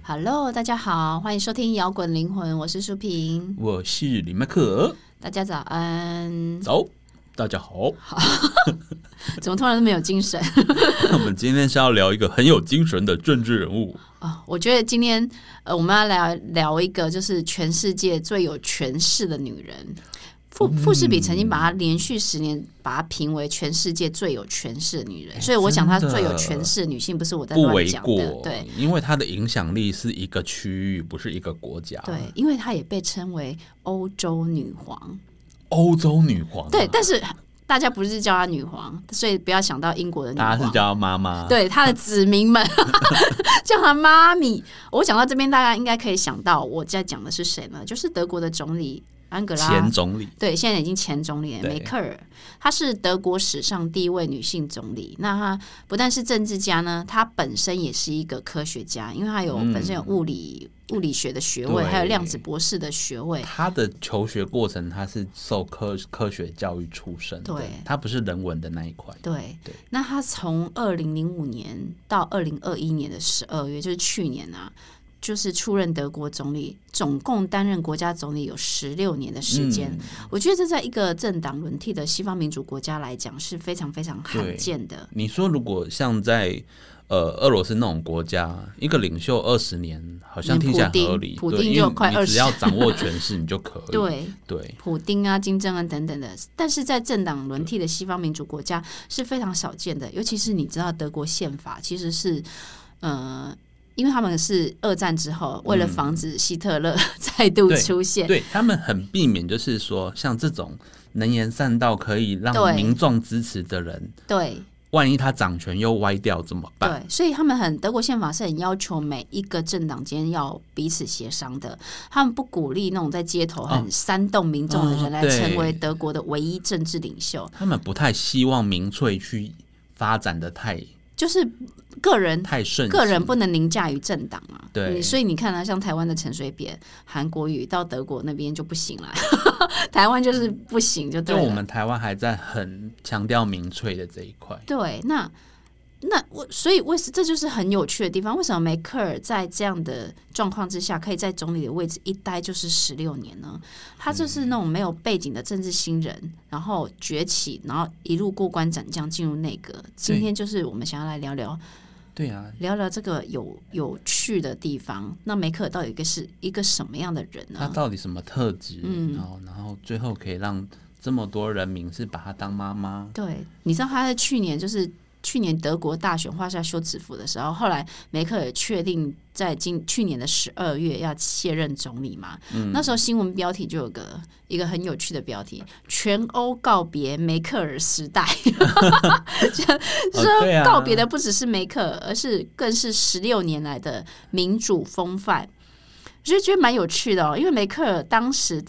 Hello， 大家好，欢迎收听摇滚灵魂，我是舒平， 我是李麦克。 大家早安。 早，大家好。 怎么突然那么有精神？ 我们今天是要聊一个很有精神的政治人物。 我觉得今天我们要聊一个就是全世界最有权势的女人。富士比曾经把她连续10年把她评为全世界最有权势的女人，所以我讲她最有权势的女性不是我在乱讲的， 不为过， 对， 因为她的影响力是一个区域，不是一个国家。 对，因为她也被称为欧洲女皇。 欧洲女皇， 对，但是大家不是叫她女皇，所以不要想到英国的女皇， 大家是叫她妈妈。 对，她的子民们叫她妈咪。我讲到这边，大家应该可以想到我在讲的是谁呢？就是德国的总理安格拉， 前总理， 对，现在已经前总理了梅克尔。她是德国史上第一位女性总理。那她不但是政治家呢，她本身也是一个科学家，因为她本身有物理学的学位，还有量子博士的学位。 他的求学过程，他是受科学教育出身的， 对， 他不是人文的那一块。 对，那他从2005年到2021年的12月，就是去年啊，就是出任德国总理，总共担任国家总理有16年的时间。我觉得这在一个政党轮替的西方民主国家来讲是非常非常罕见的。 你说如果像在俄罗斯那种国家，一个领袖20年，好像听起来合理。 普丁就快20， 你只要掌握权势，你就可以。 对，普丁啊、金正恩等等的。但是在政党轮替的西方民主国家是非常少见的，尤其是你知道德国宪法其实是因为他们是2战之后为了防止希特勒再度出现， 对他们很避免，就是说像这种能言善道可以让民众支持的人， 对。 万一他掌权又歪掉怎么办？ 对，所以他们德国宪法是很要求每一个政党间要彼此协商的，他们不鼓励那种在街头很煽动民众的人来成为德国的唯一政治领袖。 他们不太希望民粹去发展的就是个人不能凌驾于政党啊。 对， 所以你看啊，像台湾的陈水扁、韩国瑜到德国那边就不行了，台湾就是不行就对了。 就我们台湾还在很强调民粹的这一块。 对，所以这就是很有趣的地方。为什么梅克尔在这样的状况之下，可以在总理的位置一待就是16年呢？他就是那种没有背景的政治新人，然后崛起，然后一路过关斩将进入内阁。今天就是我们想要来聊聊。 对啊， 聊聊这个有趣的地方。那梅克尔到底是一个什么样的人呢？ 他到底什么特质？然后最后可以让这么多人民是把他当妈妈？ 对，你知道他在去年德国大选画下休止符的时候，后来梅克尔确定在去年的12月要卸任总理嘛。那时候新闻标题就有一个很有趣的标题：全欧告别梅克尔时代。说告别的不只是梅克尔，而是更是16年来的民主风范。我就觉得蛮有趣的因为梅克尔当时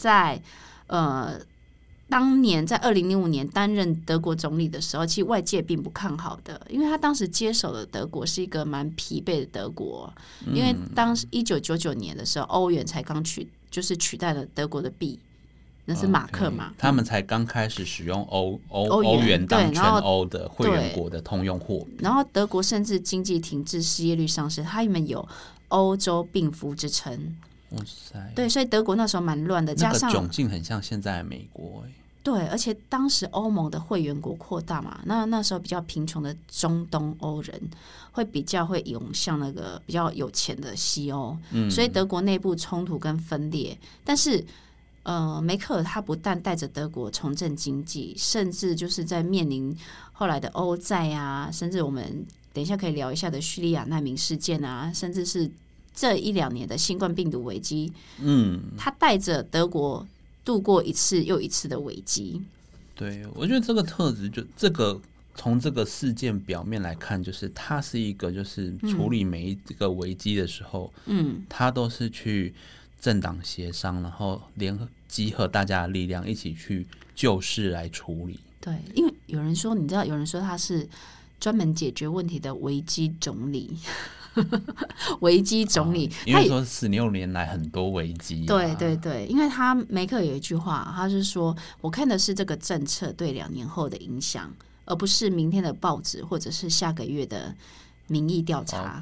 当年在2005年担任德国总理的时候，其实外界并不看好的，因为他当时接手的德国是一个蛮疲惫的德国，因为当时1999年的时候，欧元才刚取代了德国的币，那是马克嘛， 他们才刚开始使用欧元当全欧的会员国的通用货币， 然后德国甚至经济停滞、失业率上升，他们有欧洲病夫之称。 哇塞！ 对，所以德国那时候蛮乱的，加上那个窘境很像现在的美国对，而且当时欧盟的会员国扩大嘛，那时候比较贫穷的中东欧人会比较会涌向那个比较有钱的西欧，所以德国内部冲突跟分裂。但是梅克尔他不但带着德国重振经济，甚至就是在面临后来的欧债啊，甚至我们等一下可以聊一下的叙利亚难民事件啊，甚至是这1-2年的新冠病毒危机，他带着德国度过一次又一次的危机。 对，我觉得这个特质从这个事件表面来看，就是他是一个就是处理每一个危机的时候，他都是去政党协商，然后集合大家的力量一起去就事来处理。 对，因为有人说他是专门解决问题的危机总理。危机总理， 因为说16年来很多危机， 对对对，因为他梅克有一句话，他是说我看的是这个政策对2年后的影响，而不是明天的报纸或者是下个月的民意调查。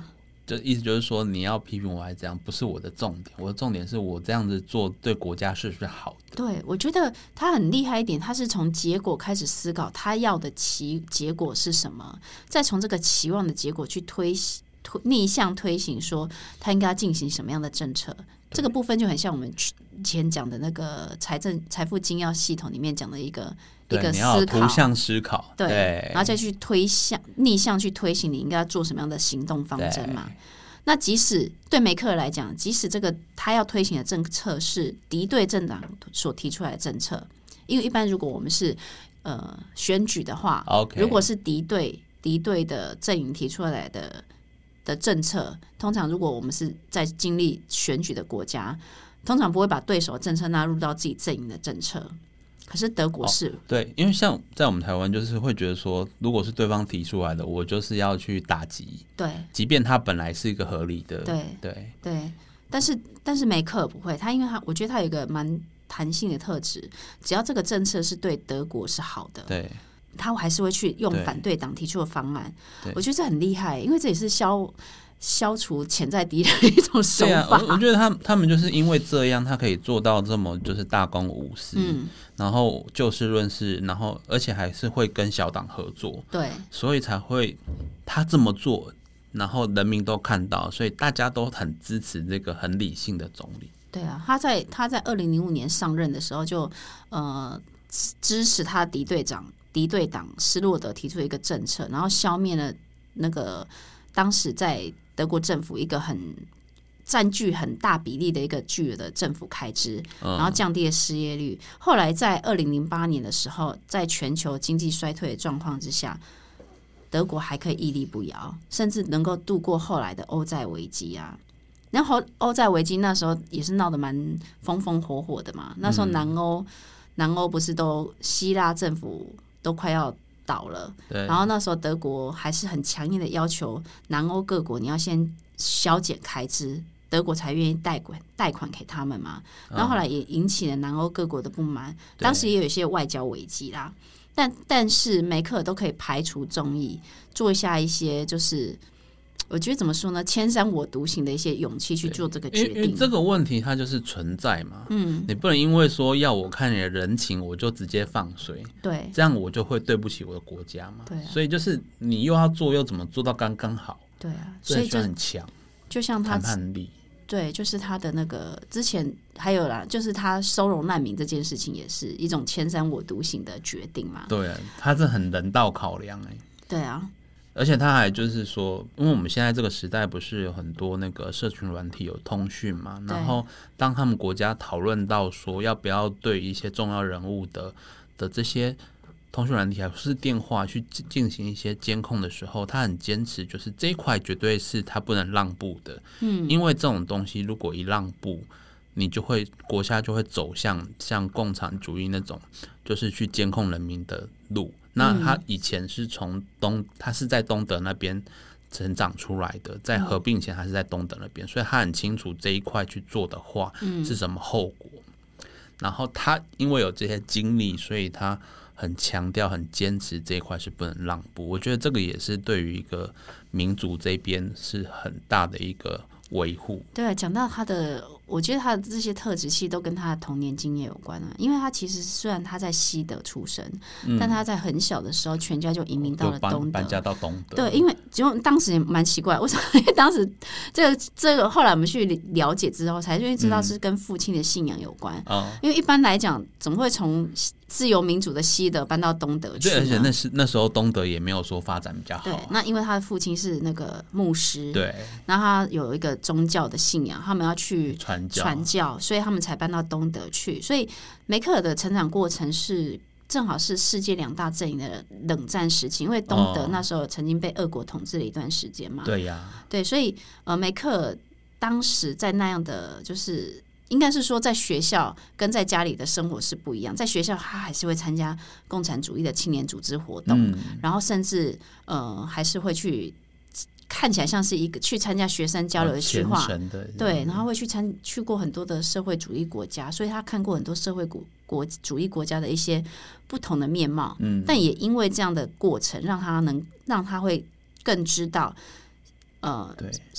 就意思就是说，你要批评我还这样，不是我的重点，我的重点是我这样子做对国家是不是好的？ 对，我觉得他很厉害一点，他是从结果开始思考，他要的结果是什么，再从这个期望的结果去逆向推行，说他应该要进行什么样的政策。这个部分就很像我们以前讲的那个财富精要系统里面讲的一个思考， 图像思考， 对，然后再去逆向去推行你应该要做什么样的行动方针嘛。那即使对梅克尔来讲，即使这个他要推行的政策是敌对政党所提出来的政策，因为一般如果我们是选举的话， okay. 如果是敌对的阵营提出来的政策，通常如果我们是在经历选举的国家，通常不会把对手的政策纳入到自己阵营的政策。可是德国是、 对，因为像在我们台湾就是会觉得说，如果是对方提出来的，我就是要去打击， 对， 即便它本来是一个合理的， 对，但是梅克尔不会，他因为我觉得他有一个蛮弹性的特质，只要这个政策是对德国是好的， 对， 他还是会去用反对党提出的方案。我觉得这很厉害，因为这也是消除潜在敌人的一种手法。 我觉得他们就是因为这样，他可以做到这么就是大公无私，然后就事论事，然后而且还是会跟小党合作， 对， 所以才会他这么做，然后人民都看到，所以大家都很支持这个很理性的总理。 对啊，他在2005年上任的时候就支持他的敌对党施洛德提出一个政策，然后消灭了那个当时在德国政府一个占据很大比例的一个巨额的政府开支，然后降低了失业率。后来在2008年的时候，在全球经济衰退的状况之下，德国还可以屹立不摇，甚至能够度过后来的欧债危机啊。然后欧债危机那时候也是闹得蛮风风火火的嘛，那时候南欧不是都希腊政府都快要倒了，然后那时候德国还是很强硬的要求南欧各国你要先削减开支，德国才愿意贷款给他们嘛。然后后来也引起了南欧各国的不满，当时也有一些外交危机啦。但是梅克尔都可以排除众议，做下一些就是我觉得怎么说呢，千山我独行的一些勇气去做这个决定。 因为这个问题它就是存在嘛，你不能因为说要我看你的人情，我就直接放水， 对， 这样我就会对不起我的国家嘛。 对， 所以就是你又要做，又怎么做到刚刚好？ 对啊， 所以就很强， 就像他谈判力。 对，就是他的那个之前还有啦，就是他收容难民这件事情，也是一种千山我独行的决定嘛。 对啊，他是很人道考量对啊， 而且他还就是说，因为我们现在这个时代不是有很多那个社群软体有通讯嘛，然后当他们国家讨论到说要不要对一些重要人物的这些通讯软体还是电话去进行一些监控的时候，他很坚持，就是这一块绝对是他不能让步的。因为这种东西如果一让步，你就会国家就会走向像共产主义那种，就是去监控人民的路。那他以前是他是在东德那边成长出来的，在合并前他是在东德那边，所以他很清楚这一块去做的话是什么后果。然后他因为有这些经历，所以他很强调、很坚持这一块是不能让步。我觉得这个也是对于一个民主这边是很大的一个维护。 对啊，讲到我觉得他的这些特质其实都跟他的童年经验有关啊。因为他其实虽然他在西德出生，但他在很小的时候全家就移民到了东德， 搬家到东德。 对，因为当时也蛮奇怪，为什么？因为当时这个后来我们去了解之后，才知道是跟父亲的信仰有关。因为一般来讲，怎么会从自由民主的西德搬到东德去呢？ 对，而且那时候东德也没有说发展比较好。 对，那因为他的父亲是那个牧师， 对， 然后他有一个宗教的信仰，他们要去传教， 所以他们才搬到东德去。所以梅克尔的成长过程正好是世界两大阵营的冷战时期，因为东德那时候曾经被俄国统治了一段时间嘛。 对呀， 对，所以梅克尔当时在那样的就是应该是说在学校跟在家里的生活是不一样。在学校他还是会参加共产主义的青年组织活动，然后甚至还是会去看起来像是一个去参加学生交流的计划，对，然后会去过很多的社会主义国家，所以他看过很多社会主义国家的一些不同的面貌。但也因为这样的过程，让他会更知道，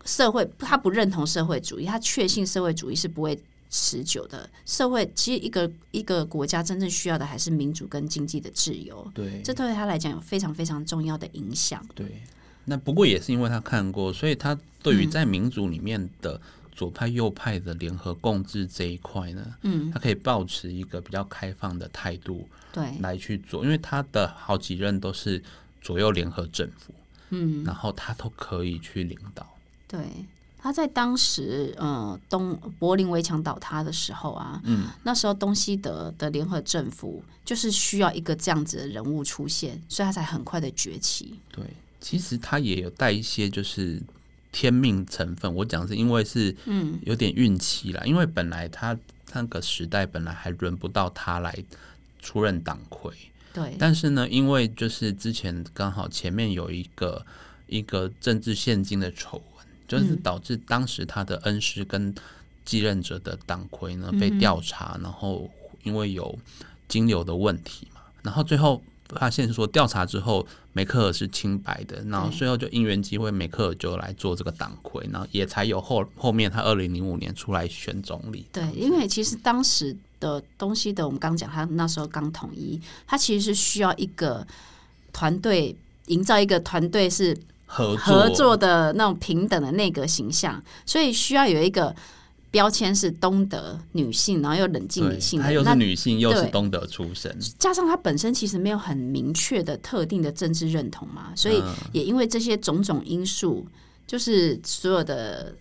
社会，他不认同社会主义，他确信社会主义是不会持久的。社会其实一个国家真正需要的还是民主跟经济的自由， 对， 这对他来讲有非常非常重要的影响。 对，那不过也是因为他看过，所以他对于在民主里面的左派右派的联合共治这一块呢，他可以抱持一个比较开放的态度来去做，因为他的好几任都是左右联合政府，然后他都可以去领导。 对，他在当时柏林围墙倒塌的时候啊，那时候东西德的联合政府就是需要一个这样子的人物出现，所以他才很快的崛起。 对，其实他也有带一些就是天命成分，我讲是因为是有点运气啦，因为本来他那个时代本来还轮不到他来出任党魁， 对， 但是呢，因为就是之前刚好前面有一个政治现金的丑闻，就是导致当时他的恩师跟继任者的党魁呢被调查，然后因为有金流的问题嘛，然后最后发现说调查之后梅克尔是清白的，然后最后就因缘机会梅克尔就来做这个党魁，然后也才有后面他2005年出来选总理。 对，因为其实当时的东西的我们刚讲他那时候刚统一，他其实是需要一个团队，营造一个团队是合作的那种平等的内阁形象，所以需要有一个标签是东德女性，然后又冷静理性的， 她又是女性又是东德出身， 加上她本身其实没有很明确的特定的政治认同嘛，所以也因为这些种种因素，就是所有的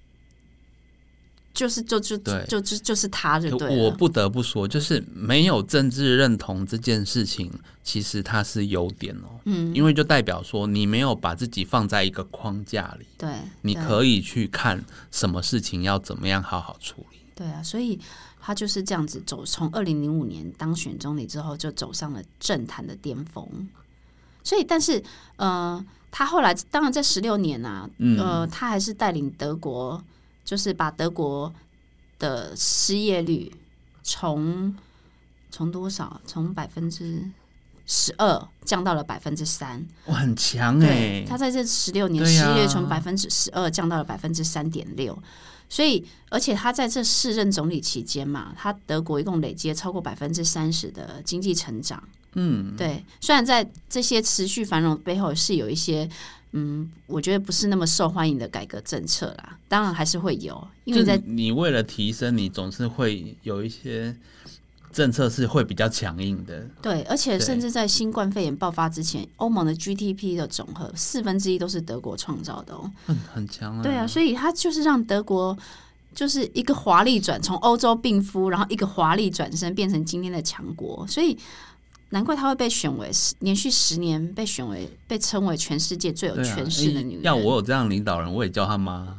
就是他就对了。 我不得不说，就是没有政治认同这件事情，其实它是优点哦。因为就代表说你没有把自己放在一个框架里， 对， 你可以去看什么事情要怎么样好好处理。 对啊，所以他就是这样子走，从2005年当选总理之后，就走上了政坛的巅峰。所以，但是他后来当然在16年啊，他还是带领德国。就是把德国的失业率从多少？从12%降到了3%， 哇，很强哎！ 他在这16年，失业率从12%降到了3.6%，所以而且他在这4任总理期间嘛，他德国一共累积超过30%的经济成长。对，虽然在这些持续繁荣背后是有一些。我觉得不是那么受欢迎的改革政策啦，当然还是会有，因为你为了提升，你总是会有一些政策是会比较强硬的。 对，而且甚至在新冠肺炎爆发之前，欧盟的 GDP 的总和1/4都是德国创造的哦， 很强啊。 对啊，所以它就是让德国就是一个华丽转，从欧洲病夫，然后一个华丽转身变成今天的强国，所以。难怪她会被选为连续10年被称为全世界最有权势的女人。 要我有这样领导人，我也叫她妈。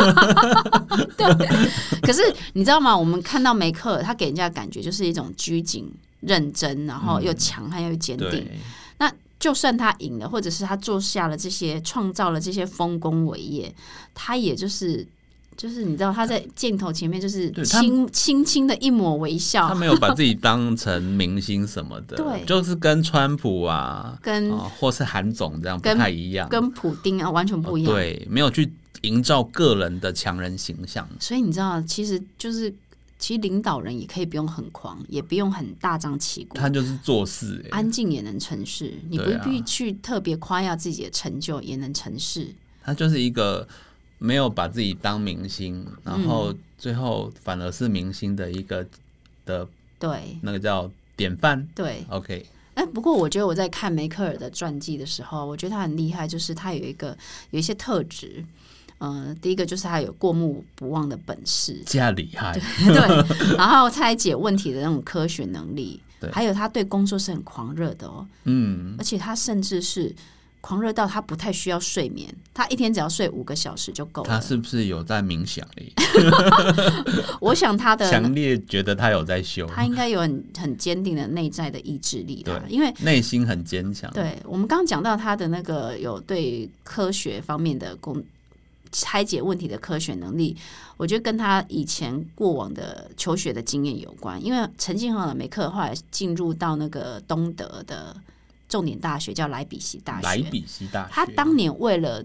对，可是你知道吗？我们看到梅克尔，她给人家的感觉就是一种拘谨、认真，然后又强悍又坚定。那就算她赢了，或者是她做下了这些，创造了这些丰功伟业，她也就是你知道他在镜头前面就是轻轻的一抹微笑， 他没有把自己当成明星什么的，对，就是跟川普啊，或是韩总这样不太一样， 跟普丁啊完全不一样， 对，没有去营造个人的强人形象。 所以你知道，其实领导人也可以不用很狂，也不用很大张旗鼓， 他就是做事， 安静也能成事，你不必去特别夸耀自己的成就也能成事。 他就是一个。没有把自己当明星，然后最后反而是明星的一个的， 对， 那个叫典范。 对 ，OK。 不过我觉得我在看梅克尔的传记的时候，我觉得他很厉害，就是他有一些特质。第一个就是他有过目不忘的本事， 这样厉害。 对，然后拆解问题的那种科学能力，还有他对工作是很狂热的哦。而且他甚至是。狂热到他不太需要睡眠，他一天只要睡5个小时就够了。 他是不是有在冥想里？ 我想他的强烈觉得他有在修， 他应该有很坚定的内在的意志力啦，因为内心很坚强。 对，我们刚刚讲到他的那个有对科学方面的拆解问题的科学能力，我觉得跟他以前过往的求学的经验有关。因为成绩很好的梅克尔后来进入到那个东德的。重点大学叫莱比锡大学， 莱比锡大学， 他当年为了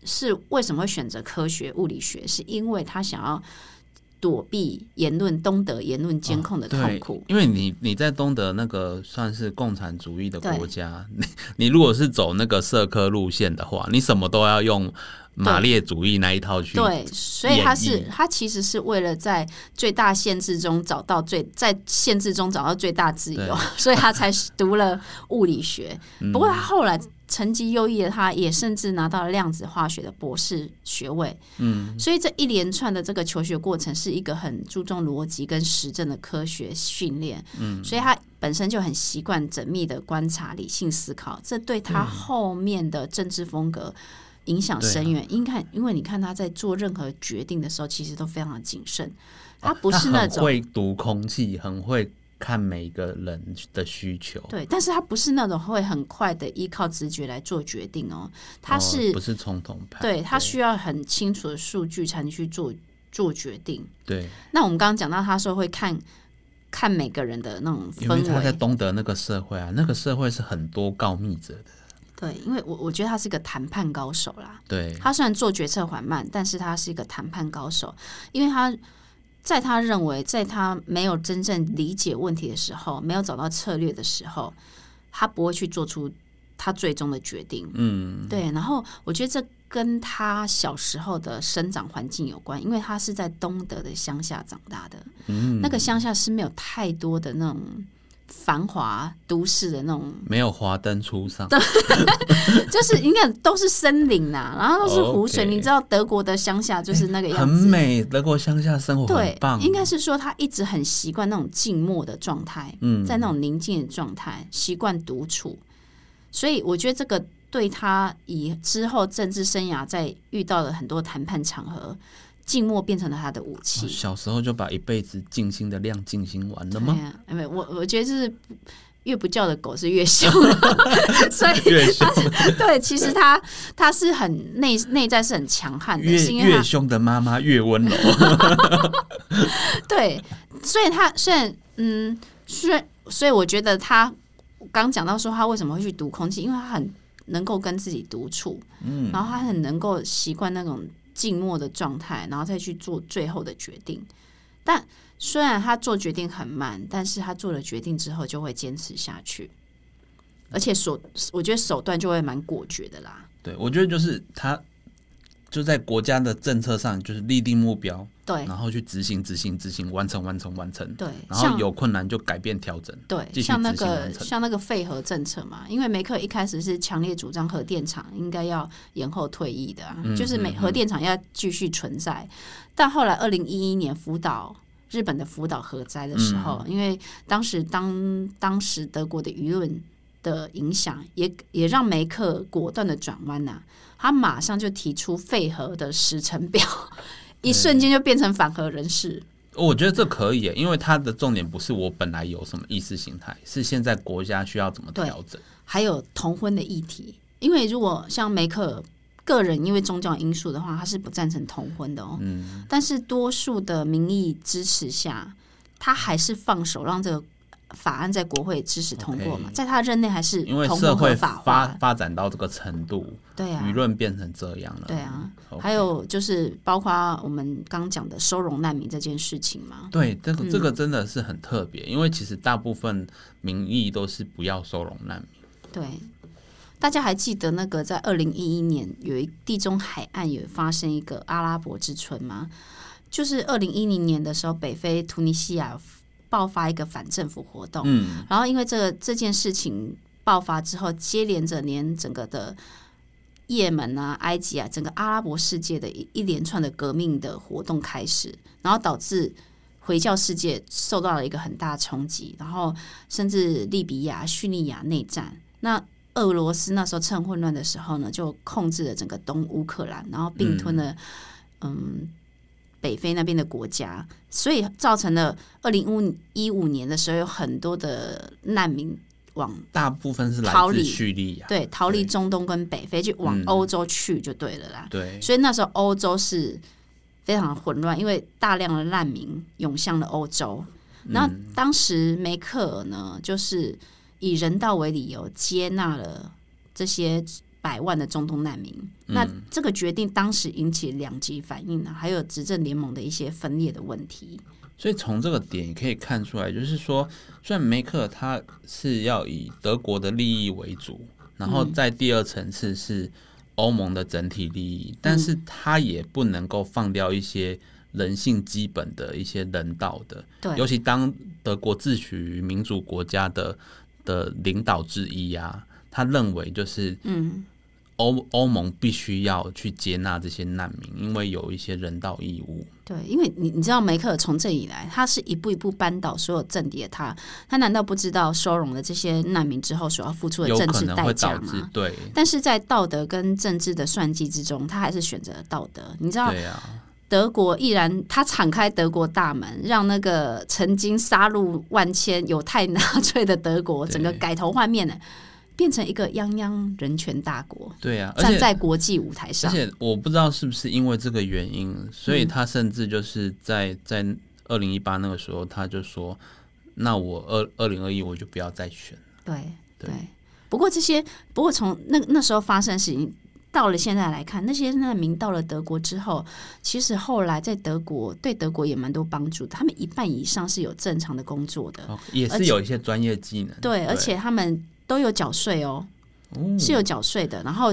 是为什么会选择科学物理学，是因为他想要躲避东德言论监控的痛苦。 因为你在东德那个算是共产主义的国家，你如果是走那个社科路线的话，你什么都要用马列主义那一套去对，所以他其实是为了在最大限制中找到在限制中找到最大自由，所以他才读了物理学。不过他后来成绩优异的他，也甚至拿到了量子化学的博士学位。所以这一连串的这个求学过程是一个很注重逻辑跟实证的科学训练。所以他本身就很习惯缜密的观察、理性思考，这对他后面的政治风格影响深远。因为你看他在做任何决定的时候，其实都非常的谨慎。他不是那种他很会读空气，很会看每个人的需求。 对，但是他不是那种会很快的依靠直觉来做决定哦。他是不是冲动派？ 对，他需要很清楚的数据才能去做决定。 对。 那我们刚刚讲到，他说会看每个人的那种氛围。 因为他在东德那个社会啊，那个社会是很多告密者的。 对，因为我觉得他是个谈判高手啦。 对， 他虽然做决策缓慢，但是他是一个谈判高手，因为他认为，在他没有真正理解问题的时候，没有找到策略的时候，他不会去做出他最终的决定。对。然后我觉得这跟他小时候的生长环境有关，因为他是在东德的乡下长大的。那个乡下是没有太多的那种繁华都市的那种， 没有华灯初上， 就是应该都是森林呐，然后都是湖水。你知道德国的乡下就是那个样子， 很美。德国乡下生活很棒。 对，应该是说他一直很习惯那种静默的状态，在那种宁静的状态，习惯独处。所以我觉得这个对他以之后政治生涯在遇到了很多谈判场合，静默变成了他的武器。 小时候就把一辈子静心的量静心完了吗？ 我觉得就是越不叫的狗是越凶，所以越凶。 对，其实他是很内在是很强悍的， 越凶的妈妈越温柔。 对，所以我觉得他刚讲到说他为什么会去读空气，因为他很能够跟自己独处，然后他很能够习惯那种静默的状态，然后再去做最后的决定。但虽然他做决定很慢，但是他做了决定之后就会坚持下去，而且我觉得手段就会蛮果决的啦。 对，我觉得就是他就在国家的政策上就是立定目标， 对， 然后去执行，完成， 对， 然后有困难就改变调整， 对，像那个废核政策嘛，因为梅克一开始是强烈主张核电厂应该要延后退役的就是核电厂要继续存在，但后来2011年日本的福岛核灾的时候，因为当时德国的舆论的影响，也让梅克果断的转弯呐，他马上就提出废核的时程表，一瞬间就变成反核人士。 我觉得这可以耶，因为他的重点不是我本来有什么意识形态，是现在国家需要怎么调整， 还有同婚的议题。因为如果像梅克个人因为宗教因素的话，他是不赞成同婚的哦。但是多数的民意支持下，他还是放手让这个法案在国会支持通过嘛，在他任内还是因为社会发展到这个程度， 对啊， 舆论变成这样了， 对啊。还有就是包括我们刚讲的收容难民这件事情嘛， 对，这个真的是很特别，因为其实大部分民意都是不要收容难民。 对，大家还记得那个在2011年有地中海岸有发生一个阿拉伯之春吗？就是2010年的时候，北非突尼西亚爆发一个反政府活动，然后因为这件事情爆发之后，接连着连整个的也门啊、埃及啊，整个阿拉伯世界的一连串的革命的活动开始，然后导致回教世界受到了一个很大的冲击，然后甚至利比亚、叙利亚内战。那俄罗斯那时候趁混乱的时候呢，就控制了整个东乌克兰，然后并吞了北非那边的国家，所以造成了2015年的时候有很多的难民大部分是来自叙利亚， 对，逃离中东跟北非，就往欧洲去就对了啦。 对， 所以那时候欧洲是非常混乱，因为大量的难民涌向了欧洲。那当时梅克尔呢，就是以人道为理由接纳了这些百万的中东难民。那这个决定当时引起两极反应还有执政联盟的一些分裂的问题。 所以从这个点也可以看出来，就是说，虽然梅克尔他是要以德国的利益为主，然后在第二层次是欧盟的整体利益，但是他也不能够放掉一些人性基本的一些人道的，尤其当德国自诩于民主国家的领导之一啊，他认为就是欧盟必须要去接纳这些难民，因为有一些人道义务。 对，因为你知道梅克尔从政以来，他是一步一步扳倒所有政敌的他难道不知道收容了这些难民之后所要付出的政治代价吗？ 对， 但是在道德跟政治的算计之中，他还是选择了道德。你知道，德国毅然他敞开德国大门，让那个曾经杀戮万千犹太纳粹的德国整个改头换面了，变成一个泱泱人权大国。 对啊， 站在国际舞台上。 而且我不知道是不是因为这个原因，所以他甚至就是在2018那个时候，他就说：“那我2021我就不要再选。”对。不过从那时候发生的事情，到了现在来看，那些难民到了德国之后，其实后来在德国对德国也蛮多帮助的。他们一半以上是有正常的工作的，也是有一些专业技能。 对，而且他们都有缴税是有缴税的。然后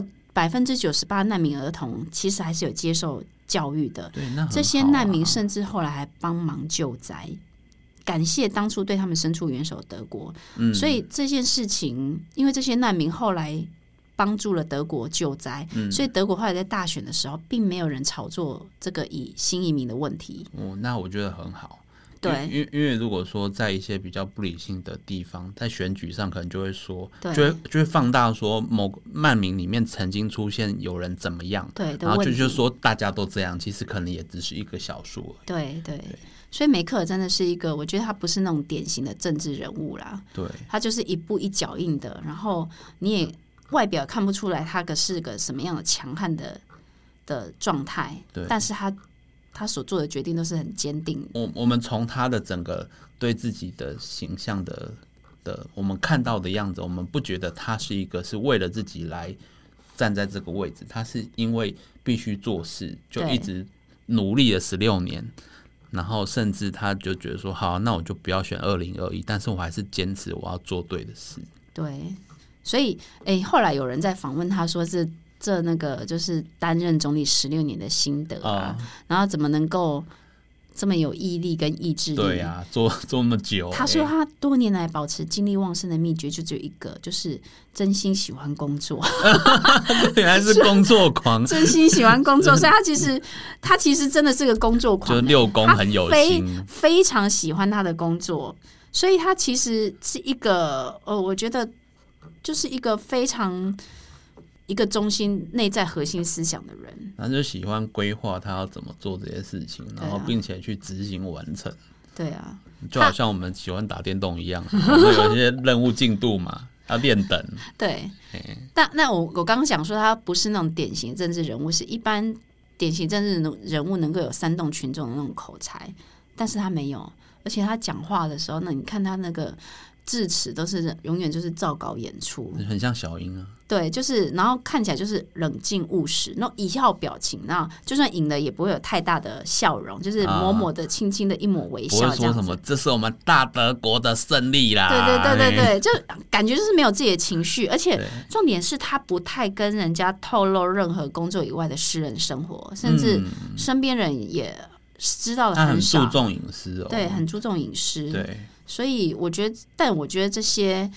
98%难民儿童其实还是有接受教育的。 对，那很好啊。 这些难民甚至后来还帮忙救灾，感谢当初对他们伸出援手的德国。所以这件事情，因为这些难民后来帮助了德国救灾，所以德国后来在大选的时候，并没有人炒作这个新移民的问题。 那我觉得很好。 对， 因为如果说在一些比较不理性的地方，在选举上可能就会说，就会放大说某个难民里面曾经出现有人怎么样， 对， 然后就说大家都这样，其实可能也只是一个少数而已。对，所以梅克尔真的是一个，我觉得他不是那种典型的政治人物啦。 对， 他就是一步一脚印的，然后你也外表看不出来他是个什么样的强悍的状态，但是他所做的决定都是很坚定。 我们从他的整个对自己的形象的我们看到的样子，我们不觉得他是一个是为了自己来站在这个位置，他是因为必须做事，就一直努力了16年，然后甚至他就觉得说，好，那我就不要选2021，但是我还是坚持我要做对的事。 对，所以后来有人在访问他说这那个就是担任总理16年的心得然后怎么能够这么有毅力跟意志力？ 对啊，做那么久。 他说他多年来保持精力旺盛的秘诀就只有一个，就是真心喜欢工作。 原来是工作狂， 真心喜欢工作，所以他其实真的是个工作狂， 就是六工很有心， 非常喜欢他的工作，所以他其实是一个我觉得就是一个非常。一个中心内在核心思想的人， 他就喜欢规划他要怎么做这些事情，然后并且去执行完成。 对啊， 就好像我们喜欢打电动一样，有一些任务进度嘛，要练等。 对，那我刚刚讲说他不是那种典型政治人物，是一般典型政治人物能够有煽动群众的那种口才，但是他没有，而且他讲话的时候，那你看他那个致辞都是永远就是照稿演出， 很像小英啊。 对，就是然后看起来就是冷静务实，那种一笑表情，那就算赢了也不会有太大的笑容，就是默默的、轻轻的一抹微笑， 不会说什么这是我们大德国的胜利啦。 对，就感觉就是没有自己的情绪，而且重点是他不太跟人家透露任何工作以外的私人生活，甚至身边人也知道的很少。 他很注重隐私对，很注重隐私。 对， 所以我觉得这些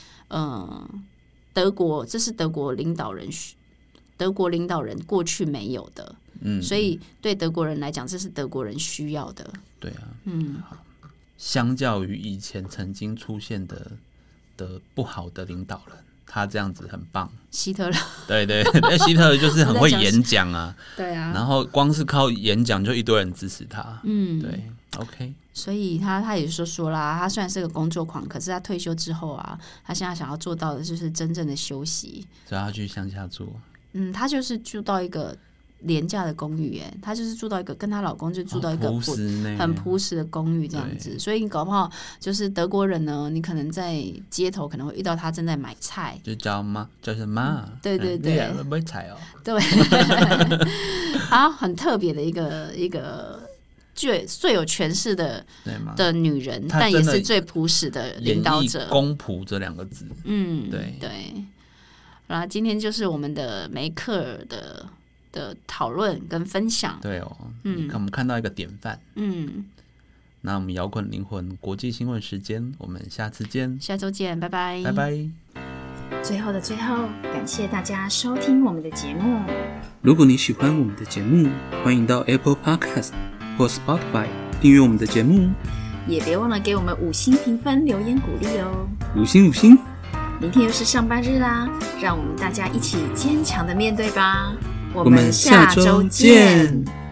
这是德国领导人过去没有的，所以对德国人来讲，这是德国人需要的。 对啊，好，相较于以前曾经出现的不好的领导人，他这样子很棒。 希特勒， 对，希特勒就是很会演讲啊， 对啊， 然后光是靠演讲就一堆人支持他，对 ，OK。 所以他也说啦，他虽然是个工作狂，可是他退休之后啊，他现在想要做到的就是真正的休息， 所以他去乡下住。 他就是住到一个廉价的公寓耶，她就是住到一个跟她老公就住到一个很朴实的公寓这样子，所以你搞不好就是德国人呢，你可能在街头可能会遇到他正在买菜， 就叫妈，就是妈， 对对对， 买菜哦， 对，好，很特别的一个最有权势的女人，但也是最朴实的领导者， 公仆这2个字，对对。然后今天就是我们的梅克尔的讨论跟分享， 对哦，我们看到一个典范，那我们摇滚灵魂国际新闻时间，我们下次见， 下周见，拜拜， 拜拜。 最后的最后，感谢大家收听我们的节目。 如果你喜欢我们的节目，欢迎到 Apple Podcast 或 Spotify 订阅我们的节目， 也别忘了给我们5星评分留言鼓励哦。 5星5星。 明天又是上班日啦，让我们大家一起坚强的面对吧。我们下周见。